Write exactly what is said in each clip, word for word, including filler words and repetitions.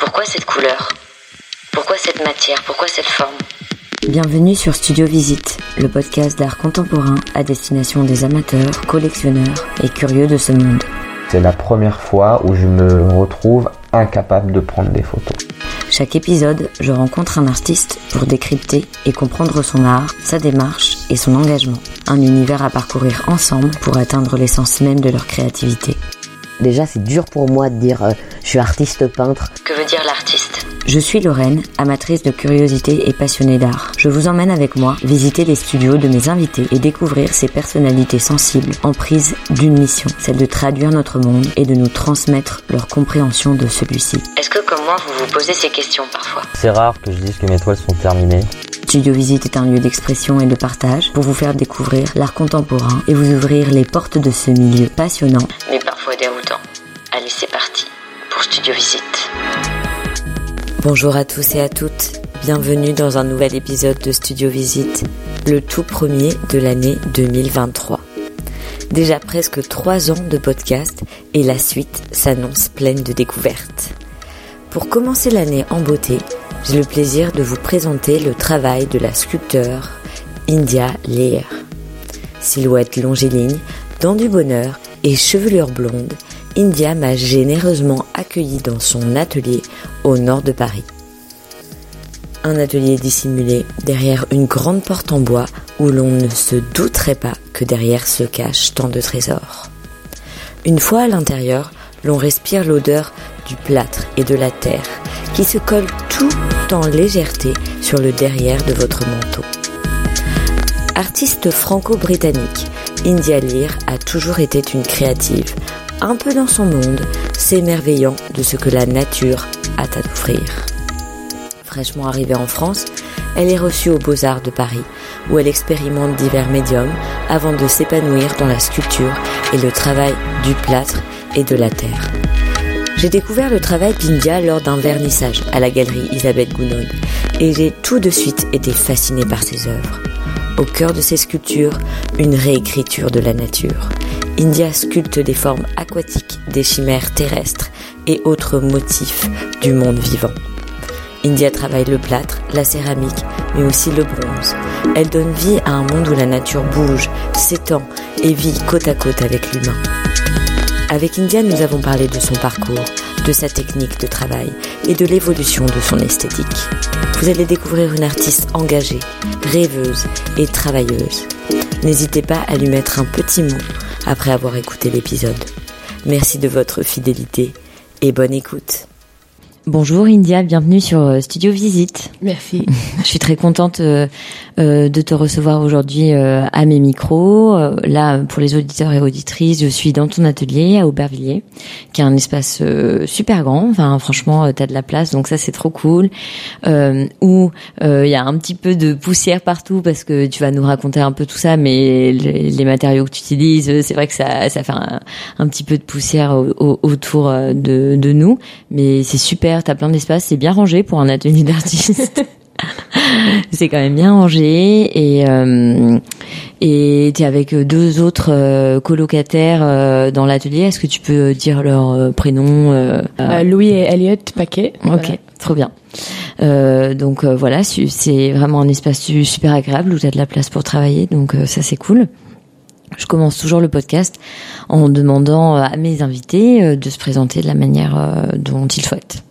Pourquoi cette couleur ? Pourquoi cette matière ? Pourquoi cette forme ? Bienvenue sur Studio Visite, le podcast d'art contemporain à destination des amateurs, collectionneurs et curieux de ce monde. C'est la première fois où je me retrouve incapable de prendre des photos. Chaque épisode, je rencontre un artiste pour décrypter et comprendre son art, sa démarche et son engagement. Un univers à parcourir ensemble pour atteindre l'essence même de leur créativité. Déjà, c'est dur pour moi de dire euh, je suis artiste peintre. Que veut dire l'artiste ? Je suis Lorraine, amatrice de curiosité et passionnée d'art. Je vous emmène avec moi visiter les studios de mes invités et découvrir ces personnalités sensibles en prise d'une mission, celle de traduire notre monde et de nous transmettre leur compréhension de celui-ci. Est-ce que comme moi, vous vous posez ces questions parfois ? C'est rare que je dise que mes toiles sont terminées. Studio Visite est un lieu d'expression et de partage pour vous faire découvrir l'art contemporain et vous ouvrir les portes de ce milieu passionnant, mais parfois déroutant. Allez, c'est parti pour Studio Visite. Bonjour à tous et à toutes, bienvenue dans un nouvel épisode de Studio Visite, le tout premier de l'année deux mille vingt-trois. Déjà presque trois ans de podcast et la suite s'annonce pleine de découvertes. Pour commencer l'année en beauté, j'ai le plaisir de vous présenter le travail de la sculpteure India Lear. Silhouette longiligne, dents du bonheur et chevelure blonde, India m'a généreusement accueilli dans son atelier au nord de Paris. Un atelier dissimulé derrière une grande porte en bois où l'on ne se douterait pas que derrière se cachent tant de trésors. Une fois à l'intérieur, l'on respire l'odeur du plâtre et de la terre qui se colle tout en légèreté sur le derrière de votre manteau. Artiste franco-britannique, India Lear a toujours été une créative, un peu dans son monde, s'émerveillant de ce que la nature a à offrir. Fraîchement arrivée en France, elle est reçue aux Beaux-Arts de Paris, où elle expérimente divers médiums avant de s'épanouir dans la sculpture et le travail du plâtre et de la terre. J'ai découvert le travail d'India lors d'un vernissage à la galerie Isabelle Gounod et j'ai tout de suite été fascinée par ses œuvres. Au cœur de ses sculptures, une réécriture de la nature. India sculpte des formes aquatiques, des chimères terrestres et autres motifs du monde vivant. India travaille le plâtre, la céramique, mais aussi le bronze. Elle donne vie à un monde où la nature bouge, s'étend et vit côte à côte avec l'humain. Avec India, nous avons parlé de son parcours, de sa technique de travail et de l'évolution de son esthétique. Vous allez découvrir une artiste engagée, rêveuse et travailleuse. N'hésitez pas à lui mettre un petit mot après avoir écouté l'épisode. Merci de votre fidélité et bonne écoute. Bonjour India, bienvenue sur Studio Visite. Merci. Je suis très contente euh, euh, de te recevoir aujourd'hui euh, à mes micros. Euh, là, pour les auditeurs et auditrices, je suis dans ton atelier à Aubervilliers, qui est un espace euh, super grand. Enfin, franchement, t'as de la place, donc ça c'est trop cool. Euh, où il euh, y a un petit peu de poussière partout parce que tu vas nous raconter un peu tout ça, mais les, les matériaux que tu utilises, c'est vrai que ça, ça fait un, un petit peu de poussière au, au, autour de, de nous, mais c'est super. T'as plein d'espace, c'est bien rangé pour un atelier d'artiste. C'est quand même bien rangé et euh, et t'es avec deux autres euh, colocataires euh, dans l'atelier. Est-ce que tu peux dire leur euh, prénom euh, euh, Louis et Elliot Paquet. Ok, voilà. Trop bien. Euh, donc euh, voilà, c'est vraiment un espace super agréable où t'as de la place pour travailler, donc euh, ça c'est cool. Je commence toujours le podcast en demandant à mes invités de se présenter de la manière dont ils souhaitent.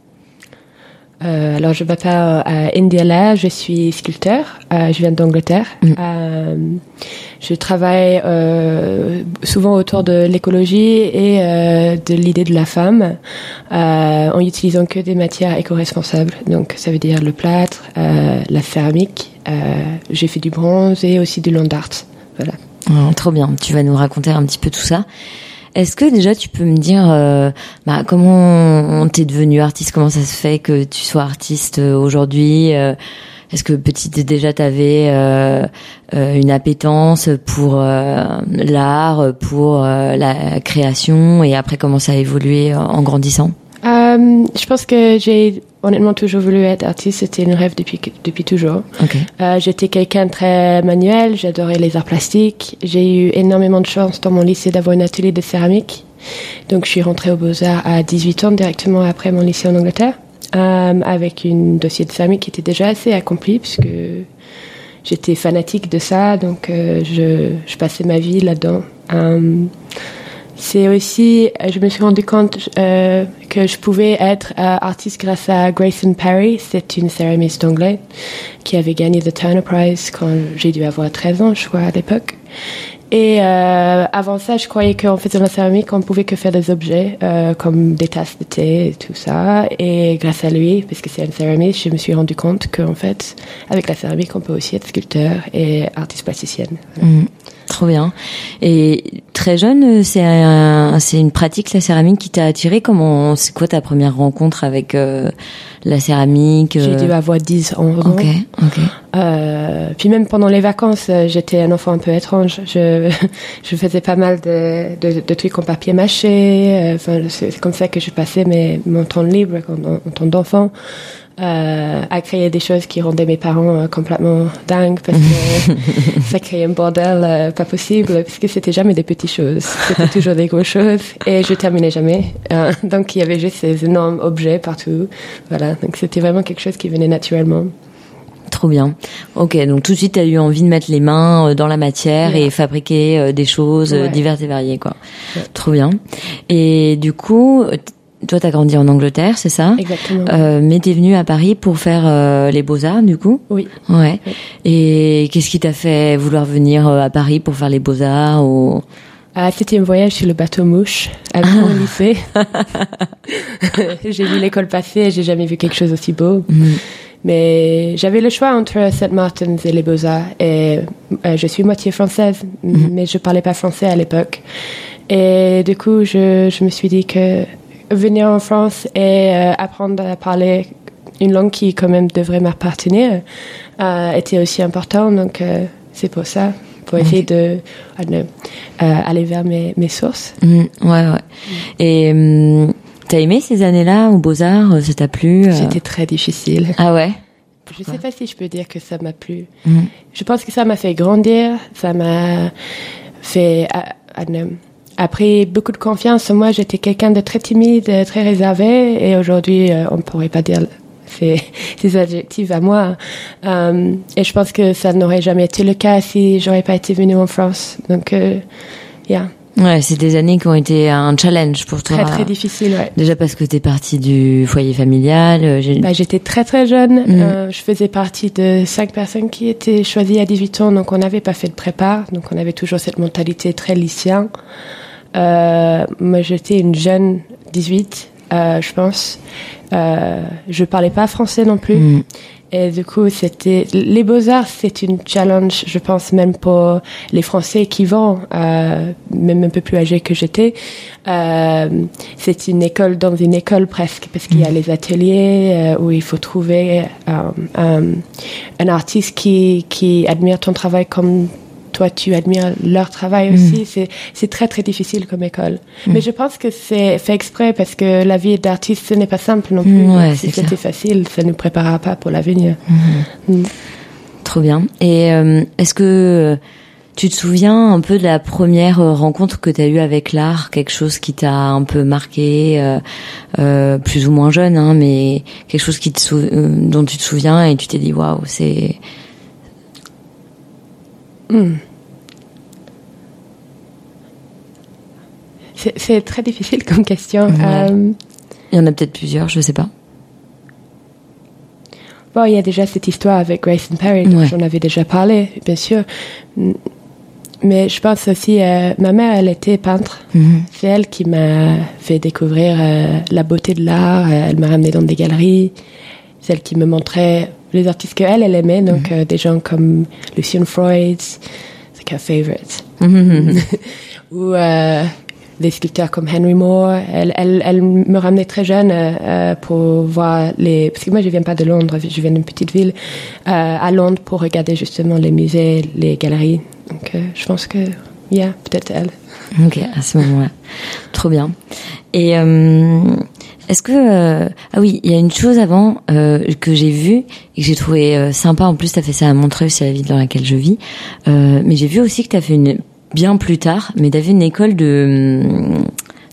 Euh, alors, je m'appelle euh, India Lear, je suis sculpteur, euh, je viens d'Angleterre. Mmh. Euh, je travaille euh, souvent autour de l'écologie et euh, de l'idée de la femme, euh, en utilisant que des matières éco-responsables. Donc, ça veut dire le plâtre, euh, la céramique, euh, j'ai fait du bronze et aussi du land art. Voilà. Oh, trop bien, tu vas nous raconter un petit peu tout ça. Est-ce que déjà tu peux me dire euh, bah, comment t'es devenue artiste, comment ça se fait que tu sois artiste aujourd'hui euh, Est-ce que petite déjà t'avais euh, euh, une appétence pour euh, l'art, pour euh, la création et après comment ça a évolué en grandissant? Euh, je pense que j'ai honnêtement toujours voulu être artiste, c'était un rêve depuis, depuis toujours. Okay. Euh, j'étais quelqu'un de très manuel, j'adorais les arts plastiques. J'ai eu énormément de chance dans mon lycée d'avoir un atelier de céramique. Donc je suis rentrée aux Beaux-Arts à dix-huit ans, directement après mon lycée en Angleterre. euh, avec une dossier de céramique qui était déjà assez accompli puisque j'étais fanatique de ça, donc euh, je, je passais ma vie là-dedans. Euh, c'est aussi, je me suis rendu compte euh, que je pouvais être euh, artiste grâce à Grayson Perry. C'est une céramiste anglaise qui avait gagné the Turner Prize quand j'ai dû avoir treize ans, je crois, à l'époque. Et euh, avant ça, je croyais qu'en faisant la céramique, on pouvait que faire des objets euh, comme des tasses de thé et tout ça. Et grâce à lui, parce que c'est un céramiste, je me suis rendu compte qu'en fait, avec la céramique, on peut aussi être sculpteur et artiste plasticienne. Mmh, trop bien. Et très jeune, c'est un, c'est une pratique, la céramique, qui t'a attiré. Comment, c'est quoi ta première rencontre avec euh, la céramique? J'ai dû avoir dix ans. Ok, ok. Euh, puis même pendant les vacances, j'étais un enfant un peu étrange. Je, je faisais pas mal de, de, de trucs en papier mâché. Enfin, c'est comme ça que je passais mes, mon temps libre en, en temps d'enfant. Euh, à créer des choses qui rendaient mes parents euh, complètement dingues parce que ça créait un bordel euh, pas possible parce que c'était jamais des petites choses, c'était toujours des grosses choses et je terminais jamais. Euh, donc il y avait juste ces énormes objets partout. Voilà, donc c'était vraiment quelque chose qui venait naturellement. Trop bien. Ok, donc tout de suite, tu as eu envie de mettre les mains dans la matière yeah. et fabriquer euh, des choses ouais. diverses et variées, quoi. Ouais. Trop bien. Et du coup, toi, t'as grandi en Angleterre, c'est ça? Exactement. Euh, mais t'es venue à Paris pour faire euh, les Beaux-Arts, du coup? Oui. Ouais. Oui. Et qu'est-ce qui t'a fait vouloir venir à Paris pour faire les Beaux-Arts ou... Ah, c'était un voyage sur le bateau Mouche avec ah. mon lycée. J'ai vu l'école passer et j'ai jamais vu quelque chose aussi beau. Mm. Mais j'avais le choix entre Saint Martin's et les Beaux-Arts. Et euh, je suis moitié française, mm. mais je parlais pas français à l'époque. Et du coup, je, je me suis dit que venir en France et euh, apprendre à parler une langue qui quand même devrait m'appartenir euh, était aussi important. Donc euh, c'est pour ça, pour essayer de I don't know, euh, aller vers mes, mes sources. Mmh, ouais, ouais. Mmh. Et hum, t'as aimé ces années-là aux Beaux-Arts? Ça t'a plu? euh... C'était très difficile. Ah ouais? Je sais pas si je peux dire que ça m'a plu. Mmh. Je pense que ça m'a fait grandir, ça m'a fait I don't know, après beaucoup de confiance en moi. J'étais quelqu'un de très timide, très réservé, et aujourd'hui, euh, on ne pourrait pas dire ces, ces adjectifs à moi. Euh, et je pense que ça n'aurait jamais été le cas si j'aurais pas été venue en France. Donc, euh, yeah. Ouais, c'est des années qui ont été un challenge pour toi. Très, très difficile, ouais. Déjà parce que t'es partie du foyer familial. J'ai... Bah, j'étais très, très jeune. Mmh. Euh, je faisais partie de cinq personnes qui étaient choisies à dix-huit ans, donc on n'avait pas fait de prépa. Donc on avait toujours cette mentalité très lycéenne. Euh, moi, j'étais une jeune dix-huit, euh, je pense. Euh, je parlais pas français non plus. Mmh. Et du coup, c'était les Beaux-Arts, c'est une challenge, je pense, même pour les Français qui vont, euh, même un peu plus âgés que j'étais. Euh, c'est une école dans une école presque, parce qu'il y a les ateliers euh, où il faut trouver euh, un, un artiste qui qui admire ton travail comme toi tu admires leur travail aussi. Mmh. C'est c'est très très difficile comme école. Mmh. Mais je pense que c'est fait exprès parce que la vie d'artiste ce n'est pas simple non plus. Mmh, ouais, si c'était facile, ça nous préparera pas pour l'avenir. Mmh. Mmh. Trop bien. Et euh, est-ce que tu te souviens un peu de la première rencontre que tu as eue avec l'art, quelque chose qui t'a un peu marqué, euh, euh, plus ou moins jeune, hein, mais quelque chose qui te sou- euh, dont tu te souviens et tu t'es dit waouh, c'est Hmm. C'est, c'est très difficile comme question. Ouais. Euh, il y en a peut-être plusieurs, je sais pas. Bon, il y a déjà cette histoire avec Grayson Perry, dont ouais. j'en avais déjà parlé, bien sûr. Mais je pense aussi, euh, ma mère, elle était peintre. Mm-hmm. C'est elle qui m'a fait découvrir euh, la beauté de l'art. Elle m'a ramenée dans des galeries. C'est elle qui me montrait les artistes qu'elle, elle aimait, donc mm-hmm. euh, des gens comme Lucian Freud, c'est qu'un favorite. Mm-hmm. Ou euh, des sculpteurs comme Henry Moore. Elle, elle, elle me ramenait très jeune euh, pour voir les... Parce que moi, je viens pas de Londres, je viens d'une petite ville, euh, à Londres pour regarder justement les musées, les galeries. Donc, euh, je pense que, yeah, peut-être elle. Ok, à ce moment-là. Trop bien. Et... Euh... Est-ce que euh, ah oui, il y a une chose avant euh, que j'ai vue et que j'ai trouvé euh, sympa. En plus, t'as fait ça à Montreuil, c'est la ville dans laquelle je vis. Euh, mais j'ai vu aussi que t'as fait une bien plus tard, mais t'as fait une école de de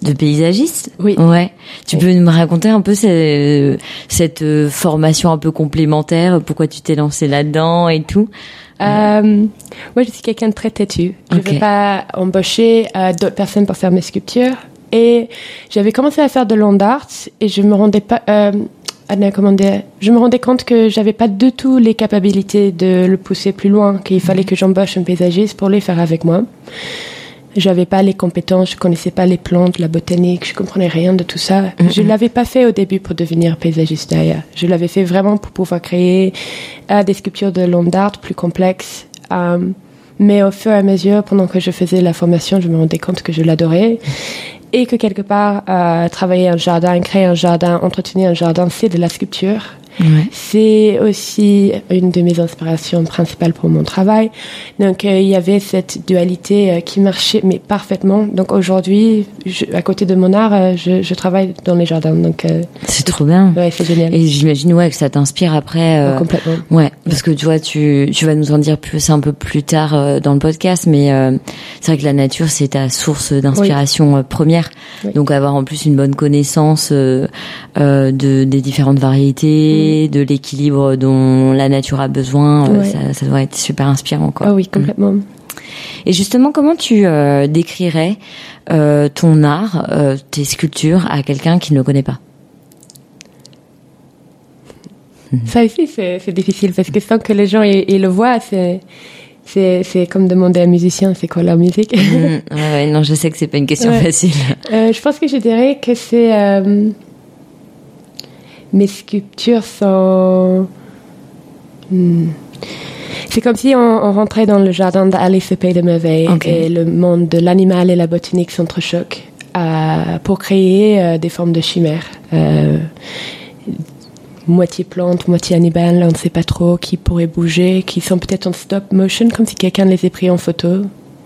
de paysagiste. Oui. Ouais. Tu oui. peux me raconter un peu cette, cette formation un peu complémentaire, pourquoi tu t'es lancée là-dedans et tout? Euh, moi, je suis quelqu'un de très têtu. Je ne Okay. veux pas embaucher euh, d'autres personnes pour faire mes sculptures. Et j'avais commencé à faire de land art et je me rendais pas, euh, ah non, comment dire, je me rendais compte que j'avais pas du tout les capacités de le pousser plus loin, qu'il fallait que j'embauche un paysagiste pour les faire avec moi. J'avais pas les compétences, je connaissais pas les plantes, la botanique, je comprenais rien de tout ça. Mm-hmm. Je l'avais pas fait au début pour devenir paysagiste d'ailleurs. Je l'avais fait vraiment pour pouvoir créer euh, des sculptures de land art plus complexes. Euh, mais au fur et à mesure, pendant que je faisais la formation, je me rendais compte que je l'adorais. Et que quelque part, euh, travailler un jardin, créer un jardin, entretenir un jardin, c'est de la sculpture. Ouais. C'est aussi une de mes inspirations principales pour mon travail. Donc, euh, il y avait cette dualité euh, qui marchait mais parfaitement. Donc, aujourd'hui, je, à côté de mon art, euh, je, je travaille dans les jardins. Donc, euh, c'est trop bien. Ouais, c'est génial. Et j'imagine ouais que ça t'inspire après. Euh, oh, complètement. Ouais, parce que tu vois, tu tu vas nous en dire plus un peu plus tard euh, dans le podcast, mais euh, c'est vrai que la nature c'est ta source d'inspiration oui. euh, première. Oui. Donc avoir en plus une bonne connaissance euh, euh, de des différentes variétés. Mm. De l'équilibre dont la nature a besoin, ouais. ça, ça doit être super inspirant, quoi. Ah oui, complètement. Et justement, comment tu euh, décrirais euh, ton art, euh, tes sculptures, à quelqu'un qui ne le connaît pas? Ça aussi, c'est, c'est difficile parce que sans que les gens ils, ils le voient, c'est c'est c'est comme demander à un musicien, c'est quoi leur musique? mmh, ouais, ouais, non, je sais que c'est pas une question ouais. facile. Euh, je pense que je dirais que c'est euh, mes sculptures sont... Hmm. C'est comme si on, on rentrait dans le jardin d'Alice au Pays des Merveilles okay. et le monde de l'animal et la botanique s'entrechoquent euh, pour créer euh, des formes de chimères. Euh, moitié plante, moitié animal, on ne sait pas trop, qui pourrait bouger, qui sont peut-être en stop motion, comme si quelqu'un les avait pris en photo.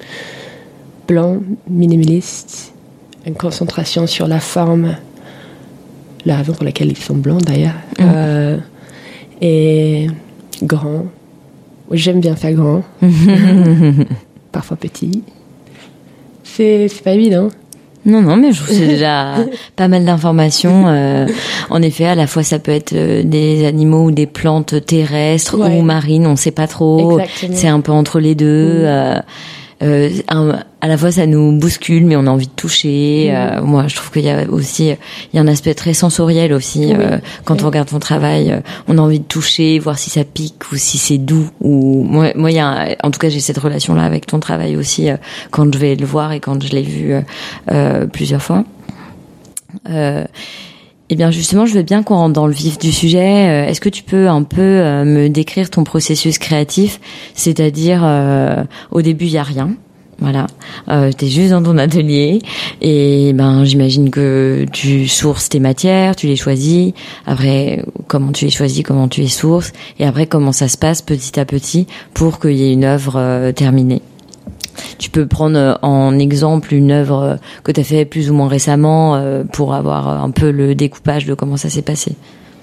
Blanc, minimaliste, une concentration sur la forme. La raison pour laquelle ils sont blancs d'ailleurs. Mmh. Euh, et grand. J'aime bien faire grand. Parfois petit. C'est, c'est pas évident. Non, non, mais je trouve que c'est déjà pas mal d'informations. Euh, en effet, à la fois, ça peut être des animaux ou des plantes terrestres ouais. ou marines, on sait pas trop. Exactement. C'est un peu entre les deux. Mmh. Euh, Euh, un, à la fois ça nous bouscule mais on a envie de toucher. Mmh. Euh, moi je trouve qu'il y a aussi il y a un aspect très sensoriel aussi oui. euh, quand oui. on regarde ton travail, euh, on a envie de toucher, voir si ça pique ou si c'est doux. Ou moi, moi il y a un, en tout cas j'ai cette relation là avec ton travail aussi euh, quand je vais le voir et quand je l'ai vu euh, euh, plusieurs fois. Euh, Eh bien justement, je veux bien qu'on rentre dans le vif du sujet. Est-ce que tu peux un peu euh, me décrire ton processus créatif? C'est-à-dire, euh, au début, il y a rien. Voilà, euh, t'es juste dans ton atelier et ben j'imagine que tu sources tes matières, tu les choisis. Après, comment tu les choisis, comment tu les sources, et après comment ça se passe petit à petit pour qu'il y ait une œuvre euh, terminée. Tu peux prendre en exemple une œuvre que tu as fait plus ou moins récemment euh, pour avoir un peu le découpage de comment ça s'est passé.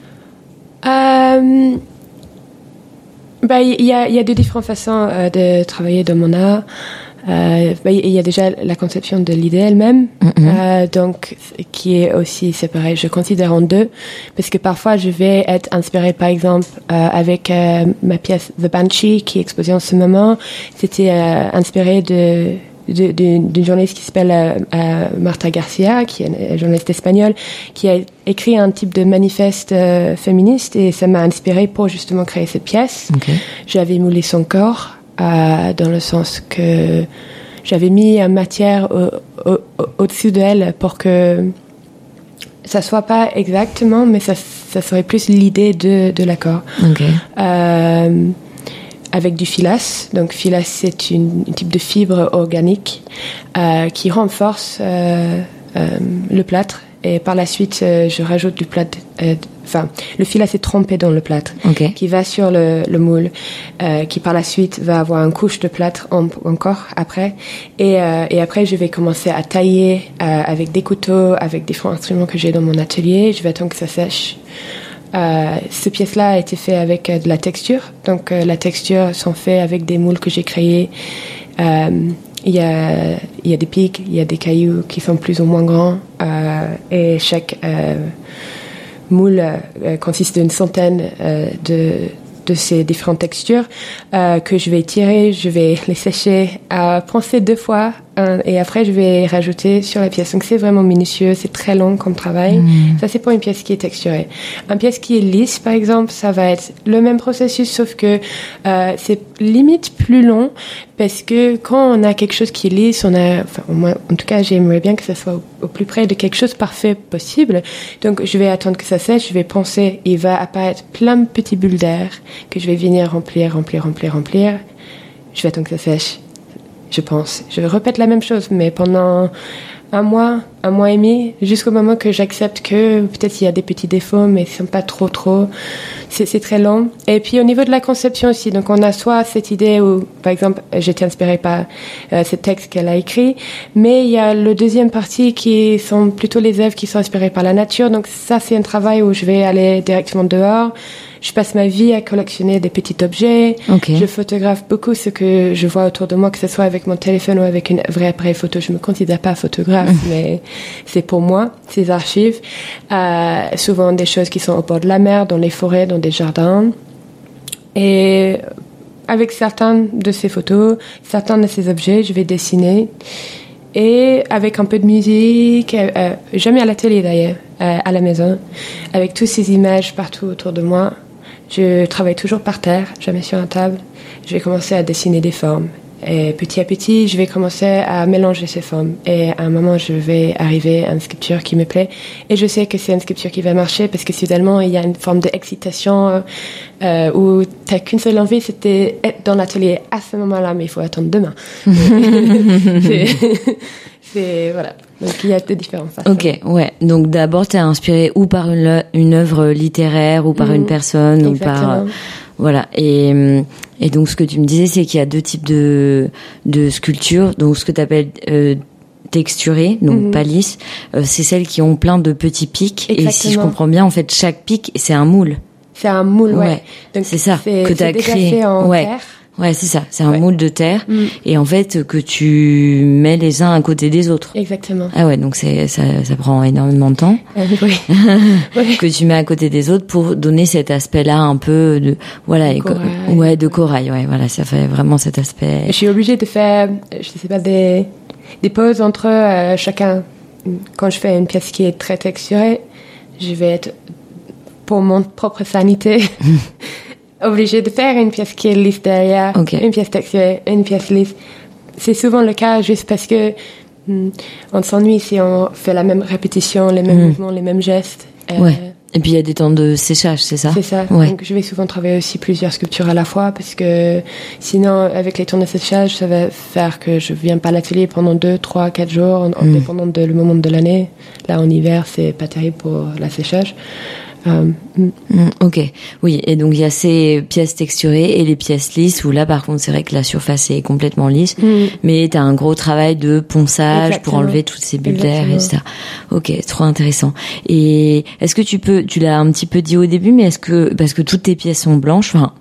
Euh, bah, il y a, il y a deux différentes façons euh, de travailler dans mon art. Euh, bah, il y a déjà la conception de l'idée elle-même, mm-hmm. euh, donc qui est aussi séparée. Je considère en deux parce que parfois je vais être inspirée, par exemple, euh, avec euh, ma pièce The Banshee qui est exposée en ce moment. C'était euh, inspiré de, de, de d'une journaliste qui s'appelle euh, euh, Marta Garcia, qui est une journaliste espagnole, qui a écrit un type de manifeste euh, féministe et ça m'a inspirée pour justement créer cette pièce. Okay. J'avais moulé son corps. Euh, dans le sens que j'avais mis une matière au, au, au, au-dessus d'elle pour que ça soit pas exactement, mais ça, ça serait plus l'idée de, de l'accord. Okay. Euh, avec du filasse. Donc filasse, c'est une, une type de fibre organique euh, qui renforce euh, euh, le plâtre. Et par la suite, euh, je rajoute du plâtre. Euh, enfin, le filasse est trempé dans le plâtre, okay. qui va sur le, le moule, euh, qui par la suite va avoir une couche de plâtre en, encore après. Et, euh, et après, je vais commencer à tailler euh, avec des couteaux, avec différents instruments que j'ai dans mon atelier. Je vais attendre que ça sèche. Euh, ce pièce-là a été fait avec euh, de la texture. Donc, euh, la texture sont faits avec des moules que j'ai créés. Euh, il y a, il y a des pics, il y a des cailloux qui sont plus ou moins grands, euh, et chaque euh, moule euh, consiste d'une centaine euh, de de ces différentes textures euh, que je vais tirer, je vais les sécher, euh, penser deux fois euh, et après je vais rajouter sur la pièce. Donc c'est vraiment minutieux, c'est très long comme travail. Mmh. Ça c'est pour une pièce qui est texturée. Une pièce qui est lisse par exemple, ça va être le même processus sauf que euh, c'est limite plus long parce que quand on a quelque chose qui est lisse, on a, enfin au moins, en tout cas j'aimerais bien que ça soit au, au plus près de quelque chose de parfait possible. Donc je vais attendre que ça sèche, je vais penser, il va apparaître plein de petits bulles d'air que je vais venir remplir, remplir, remplir, remplir. Je vais attendre que ça sèche, je pense. Je répète la même chose, mais pendant un mois, un mois et demi, jusqu'au moment que j'accepte que peut-être il y a des petits défauts, mais ils ne sont pas trop, trop. C'est, c'est très long. Et puis au niveau de la conception aussi, donc on a soit cette idée où, par exemple, j'ai été inspirée par euh, ce texte qu'elle a écrit, mais il y a le deuxième partie qui sont plutôt les œuvres qui sont inspirées par la nature. Donc ça, c'est un travail où je vais aller directement dehors. Je passe ma vie à collectionner des petits objets. Okay. Je photographe beaucoup ce que je vois autour de moi, que ce soit avec mon téléphone ou avec une vraie appareil photo. Je me considère pas photographe, mais c'est pour moi, ces archives. Euh, souvent des choses qui sont au bord de la mer, dans les forêts, dans des jardins. Et avec certains de ces photos, certains de ces objets, je vais dessiner. Et avec un peu de musique, euh, jamais à la télé d'ailleurs, euh, à la maison, avec toutes ces images partout autour de moi. Je travaille toujours par terre, jamais sur une table. Je vais commencer à dessiner des formes. Et petit à petit, je vais commencer à mélanger ces formes. Et à un moment, je vais arriver à une sculpture qui me plaît. Et je sais que c'est une sculpture qui va marcher parce que soudainement, il y a une forme d'excitation euh, où t'as qu'une seule envie, c'était être dans l'atelier à ce moment-là, mais il faut attendre demain. c'est, c'est, voilà. Donc, il y a des différences. Ok, ouais. Donc, d'abord, t'es inspiré ou par une, une œuvre littéraire, ou par mmh, une personne, exactement. ou par... Euh, voilà. Et, et donc, ce que tu me disais, c'est qu'il y a deux types de, de sculptures. Donc, ce que t'appelles euh, texturées, donc mmh. pas lisses, euh, c'est celles qui ont plein de petits pics. Exactement. Et si je comprends bien, en fait, chaque pic, c'est un moule. C'est un moule, ouais. ouais. Donc, c'est ça c'est, que t'as c'est créé. Fait en ouais. terre. Ouais, c'est ça. C'est un ouais. moule de terre. Mm. Et en fait, que tu mets les uns à côté des autres. Exactement. Ah ouais, donc c'est, ça, ça prend énormément de temps. Euh, oui. oui. Que tu mets à côté des autres pour donner cet aspect-là un peu de, voilà, de corail. Et, ouais, de corail. Ouais, voilà, ça fait vraiment cet aspect. Je suis obligée de faire, je sais pas, des, des pauses entre euh, chacun. Quand je fais une pièce qui est très texturée, je vais être, pour mon propre sanité, obligé de faire une pièce qui est lisse derrière, okay. une pièce texturée, une pièce lisse. C'est souvent le cas juste parce que hmm, on s'ennuie si on fait la même répétition, les mêmes mmh. mouvements, les mêmes gestes. Euh, ouais. Et puis il y a des temps de séchage, c'est ça ? C'est ça. Ouais. Donc je vais souvent travailler aussi plusieurs sculptures à la fois parce que sinon avec les temps de séchage, ça va faire que je viens pas à l'atelier pendant deux, trois, quatre jours, en, mmh. dépendant de le moment de l'année. Là en hiver, c'est pas terrible pour la séchage. Euh, mm. Ok, oui, et donc il y a ces pièces texturées et les pièces lisses où là par contre c'est vrai que la surface est complètement lisse, mm. mais t'as un gros travail de ponçage Exactement. Pour enlever toutes ces bulles d'air, et cetera. Ok, trop intéressant. Et est-ce que tu peux, tu l'as un petit peu dit au début, mais est-ce que, parce que toutes tes pièces sont blanches, enfin,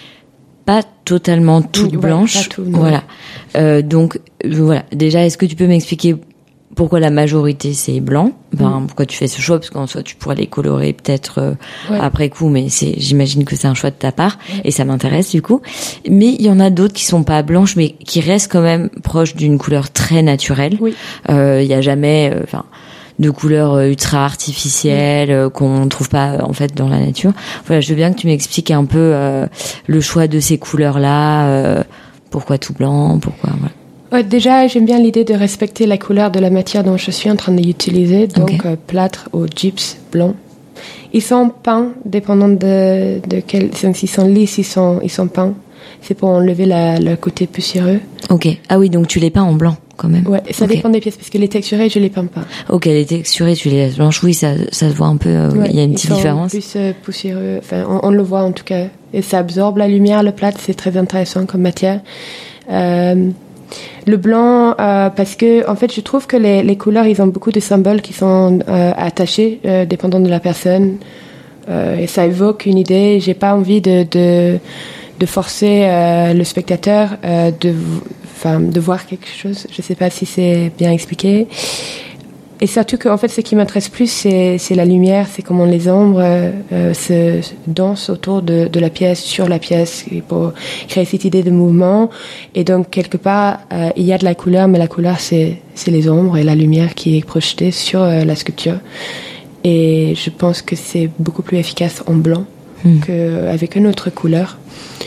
pas totalement toutes ouais, blanches, pas tout, voilà. Euh, donc voilà, déjà est-ce que tu peux m'expliquer pourquoi la majorité c'est blanc, ben, mmh. pourquoi tu fais ce choix, parce qu'en soi tu pourrais les colorer peut-être euh, ouais. après coup, mais c'est, j'imagine que c'est un choix de ta part, ouais. et ça m'intéresse du coup. Mais il y en a d'autres qui sont pas blanches, mais qui restent quand même proches d'une couleur très naturelle. Oui. Euh, il y a jamais, enfin, euh, de couleurs ultra artificielles euh, qu'on trouve pas en fait dans la nature. Voilà, je veux bien que tu m'expliques un peu euh, le choix de ces couleurs-là, euh, pourquoi tout blanc, pourquoi voilà. Ouais, déjà, j'aime bien l'idée de respecter la couleur de la matière dont je suis en train d'utiliser, donc okay. euh, plâtre ou gyps blanc. Ils sont peints, dépendant de, de quel, s'ils sont lisses, ils sont, ils sont peints. C'est pour enlever la, le côté poussiéreux. Ok. Ah oui, donc tu les peins en blanc quand même. Ouais, ça okay. dépend des pièces, parce que les texturées, je les peins pas. Ok, les texturées, tu les laisses blanches. Oui, ça, ça se voit un peu. Il euh, ouais, y a une petite différence. Ils sont plus euh, poussiéreux. Enfin, on, on le voit en tout cas, et ça absorbe la lumière. Le plâtre, c'est très intéressant comme matière. Euh, Le blanc, euh, parce que en fait, je trouve que les, les couleurs, ils ont beaucoup de symboles qui sont euh, attachés, euh, dépendant de la personne, euh, et ça évoque une idée. J'ai pas envie de de, de forcer euh, le spectateur euh, de, enfin, de voir quelque chose. Je sais pas si c'est bien expliqué. Et surtout que, en fait, ce qui m'intéresse plus, c'est, c'est la lumière, c'est comment les ombres euh, se dansent autour de, de la pièce, sur la pièce, pour créer cette idée de mouvement. Et donc, quelque part, euh, il y a de la couleur, mais la couleur, c'est, c'est les ombres et la lumière qui est projetée sur euh, la sculpture. Et je pense que c'est beaucoup plus efficace en blanc mmh. qu'avec une autre couleur.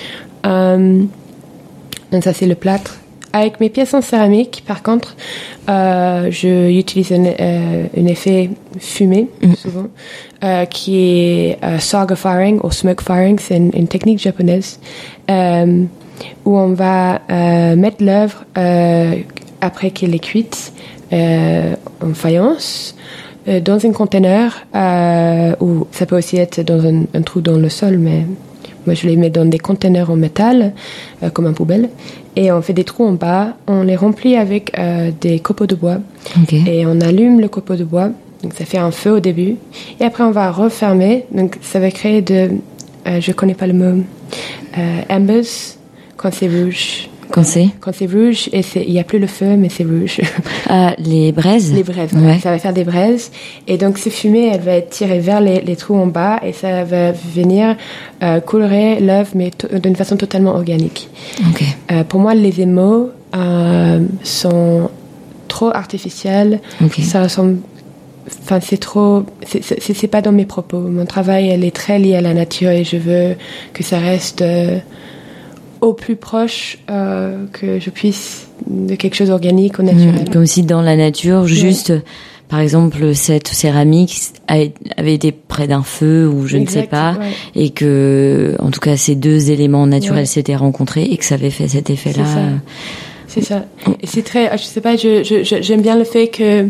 Euh, donc ça, c'est le plâtre. Avec mes pièces en céramique, par contre, euh, je utilise un, euh, un effet fumé, mmh. souvent, euh, qui est euh, saga firing ou smoke firing. C'est une, une technique japonaise euh, où on va euh, mettre l'œuvre euh, après qu'elle est cuite euh, en faïence euh, dans un conteneur, euh, ou ça peut aussi être dans un, un trou dans le sol, mais moi je les mets dans des conteneurs en métal, euh, comme un poubelle. Et on fait des trous en bas, on les remplit avec euh, des copeaux de bois. Okay. Et on allume le copeau de bois, donc ça fait un feu au début. Et après on va refermer, donc ça va créer de, euh, je connais pas le mot, euh, embers, quand c'est rouge. Quand c'est Quand c'est rouge, et il n'y a plus le feu, mais c'est rouge. Ah, les braises Les braises, ouais. ouais. Ça va faire des braises. Et donc, cette fumée, elle va être tirée vers les, les trous en bas, et ça va venir euh, colorer l'œuvre, mais t- d'une façon totalement organique. Okay. Euh, pour moi, les émaux euh, sont trop artificiels. Okay. Ça ressemble... Enfin, c'est trop... C'est, c'est, c'est pas dans mes propos. Mon travail, elle est très liée à la nature, et je veux que ça reste... Euh, au plus proche euh, que je puisse de quelque chose d'organique ou naturel. Mmh, comme si dans la nature, juste, ouais. Par exemple, cette céramique avait été près d'un feu ou je exact, ne sais pas, ouais. Et que, en tout cas, ces deux éléments naturels ouais. s'étaient rencontrés et que ça avait fait cet effet-là. C'est ça. C'est ça. Et c'est très, je sais pas, je, je, j'aime bien le fait que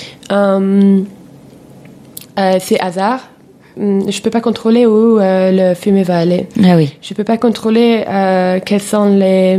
euh, euh, c'est hasard. Je peux pas contrôler où euh, le fumée va aller. Ah oui. Je peux pas contrôler euh, quels sont les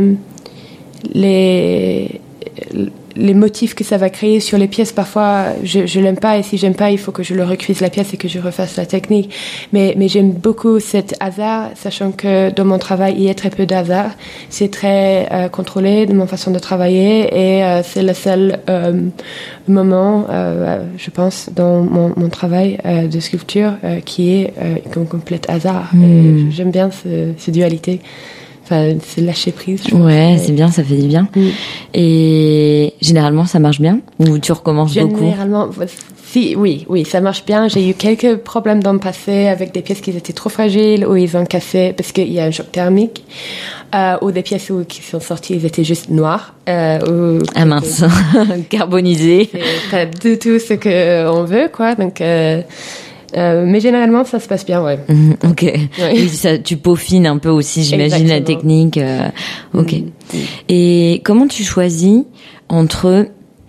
les les motifs que ça va créer sur les pièces. Parfois, je, je l'aime pas, et si j'aime pas, il faut que je le recuise la pièce et que je refasse la technique. Mais, mais j'aime beaucoup cet hasard, sachant que dans mon travail, il y a très peu d'hasard. C'est très euh, contrôlé de mon façon de travailler, et euh, c'est le seul euh, moment, euh, je pense, dans mon, mon travail euh, de sculpture euh, qui est euh, comme complète hasard. Mmh. Et j'aime bien ce, cette dualité. Enfin, c'est lâcher prise. Je ouais, pense. C'est bien, ça fait du bien. Mm. Et généralement, ça marche bien ou tu recommences généralement, beaucoup? Généralement, si, oui, oui, ça marche bien. J'ai eu quelques problèmes dans le passé avec des pièces qui étaient trop fragiles, ou ils ont cassé parce qu'il y a un choc thermique, euh, ou des pièces où, qui sont sorties, ils étaient juste noires. Euh, ou, ah mince, carbonisées. C'est pas du tout ce qu'on veut, quoi. Donc, euh, Euh, mais généralement, ça se passe bien, ouais. Mmh, ok. Ouais. Oui, ça, tu peaufines un peu aussi, j'imagine, exactement. La technique. Euh, ok. Mmh. Et comment tu choisis entre...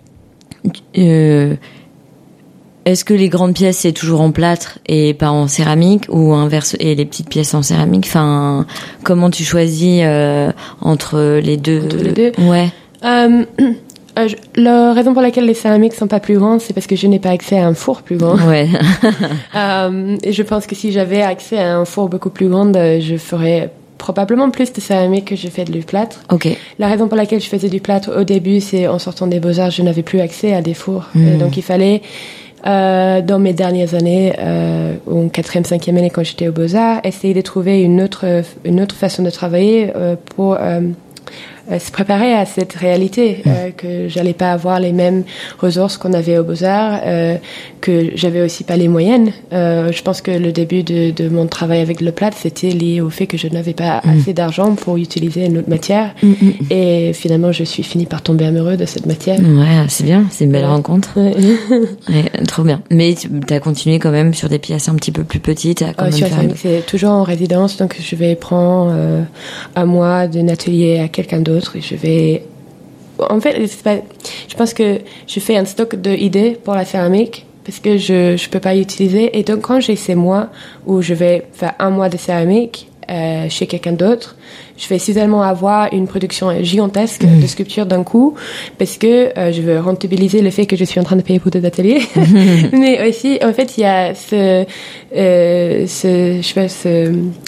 Euh, est-ce que les grandes pièces, c'est toujours en plâtre et pas en céramique, ou inverse, et les petites pièces en céramique? Enfin, comment tu choisis euh, entre les deux? Entre les deux? Ouais. Euh... Euh, je, la raison pour laquelle les céramiques sont pas plus grandes, c'est parce que je n'ai pas accès à un four plus grand. Ouais. euh, et je pense que si j'avais accès à un four beaucoup plus grand, je ferais probablement plus de céramique que je fais de du plâtre. Ok. La raison pour laquelle je faisais du plâtre au début, c'est en sortant des Beaux-Arts, je n'avais plus accès à des fours. Mmh. Donc il fallait, euh, dans mes dernières années, euh, en quatrième, cinquième année quand j'étais aux Beaux-Arts, essayer de trouver une autre, une autre façon de travailler euh, pour... Euh, Euh, se préparer à cette réalité, euh, que j'allais pas avoir les mêmes ressources qu'on avait aux Beaux-Arts, euh, que j'avais aussi pas les moyennes. Euh, je pense que le début de, de mon travail avec le plâtre, c'était lié au fait que je n'avais pas mmh. assez d'argent pour utiliser une autre matière. Mmh. Et finalement, je suis fini par tomber amoureux de cette matière. Ouais, c'est bien, c'est une belle ouais. rencontre. Ouais. Ouais, trop bien. Mais tu as continué quand même sur des pièces un petit peu plus petites. À quand euh, même sur faire une... C'est toujours en résidence, donc je vais prendre euh, un mois d'un atelier à quelqu'un d'autre. Et je vais... En fait, c'est pas... je pense que je fais un stock d'idées pour la céramique parce que je je peux pas y utiliser. Et donc, quand j'ai ces mois où je vais faire un mois de céramique euh, chez quelqu'un d'autre, je vais soudainement avoir une production gigantesque mmh. de sculptures d'un coup parce que euh, je veux rentabiliser le fait que je suis en train de payer pour des ateliers. Mmh. Mais aussi, en fait, il y a ce... Euh, ce je sais pas, ce...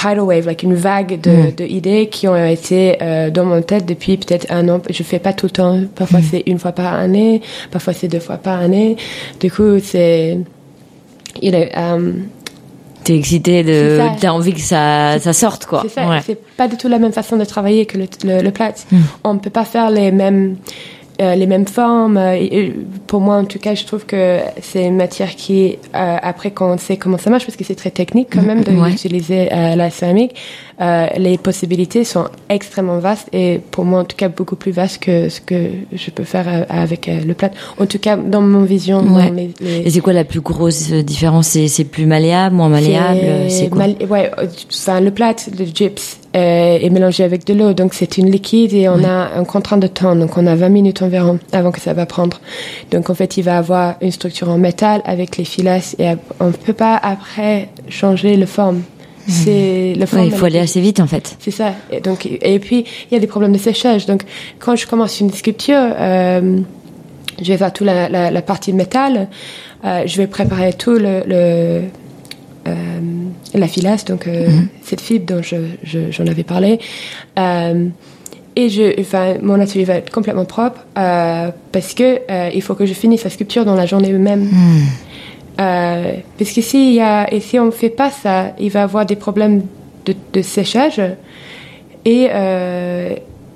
tidal wave, like une vague de, mm. de idées qui ont été euh, dans mon tête depuis peut-être un an. Je fais pas tout le temps. Parfois mm. c'est une fois par année, parfois c'est deux fois par année. Du coup, c'est, you know, um, t'es excitée de, t'as envie que ça, ça sorte, quoi. C'est ça. Ouais. C'est pas du tout la même façon de travailler que le, le, le plat. Mm. On peut pas faire les mêmes, euh, les mêmes formes. Et pour moi, en tout cas, je trouve que c'est une matière qui, euh, après quand on sait comment ça marche, parce que c'est très technique quand même ouais. d'utiliser euh, la céramique, euh, les possibilités sont extrêmement vastes et pour moi, en tout cas, beaucoup plus vastes que ce que je peux faire euh, avec euh, le plat. En tout cas, dans mon vision. Ouais. Dans les, les... Et c'est quoi la plus grosse différence? C'est, c'est plus malléable, moins malléable? C'est, c'est quoi? Mal... Ouais, enfin, le plat, le gyps, euh, est mélangé avec de l'eau, donc c'est une liquide et on ouais. a un contraint de temps, donc on a vingt minutes environ avant que ça va prendre. Donc en fait, il va avoir une structure en métal avec les filasses et on ne peut pas après changer le forme. C'est le forme. Ouais, il faut aller assez vite en fait. C'est ça. Et donc et puis il y a des problèmes de séchage. Donc quand je commence une sculpture, euh, je vais faire toute la, la, la partie de métal. Euh, je vais préparer tout le, le euh, la filasse, donc euh, mm-hmm. cette fibre dont je, je, j'en avais parlé. Euh, et je, enfin, mon atelier va être complètement propre euh, parce que euh, il faut que je finisse la sculpture dans la journée même. Mm. Euh, parce que si, y a, et si on ne fait pas ça, il va y avoir des problèmes de, de séchage et euh,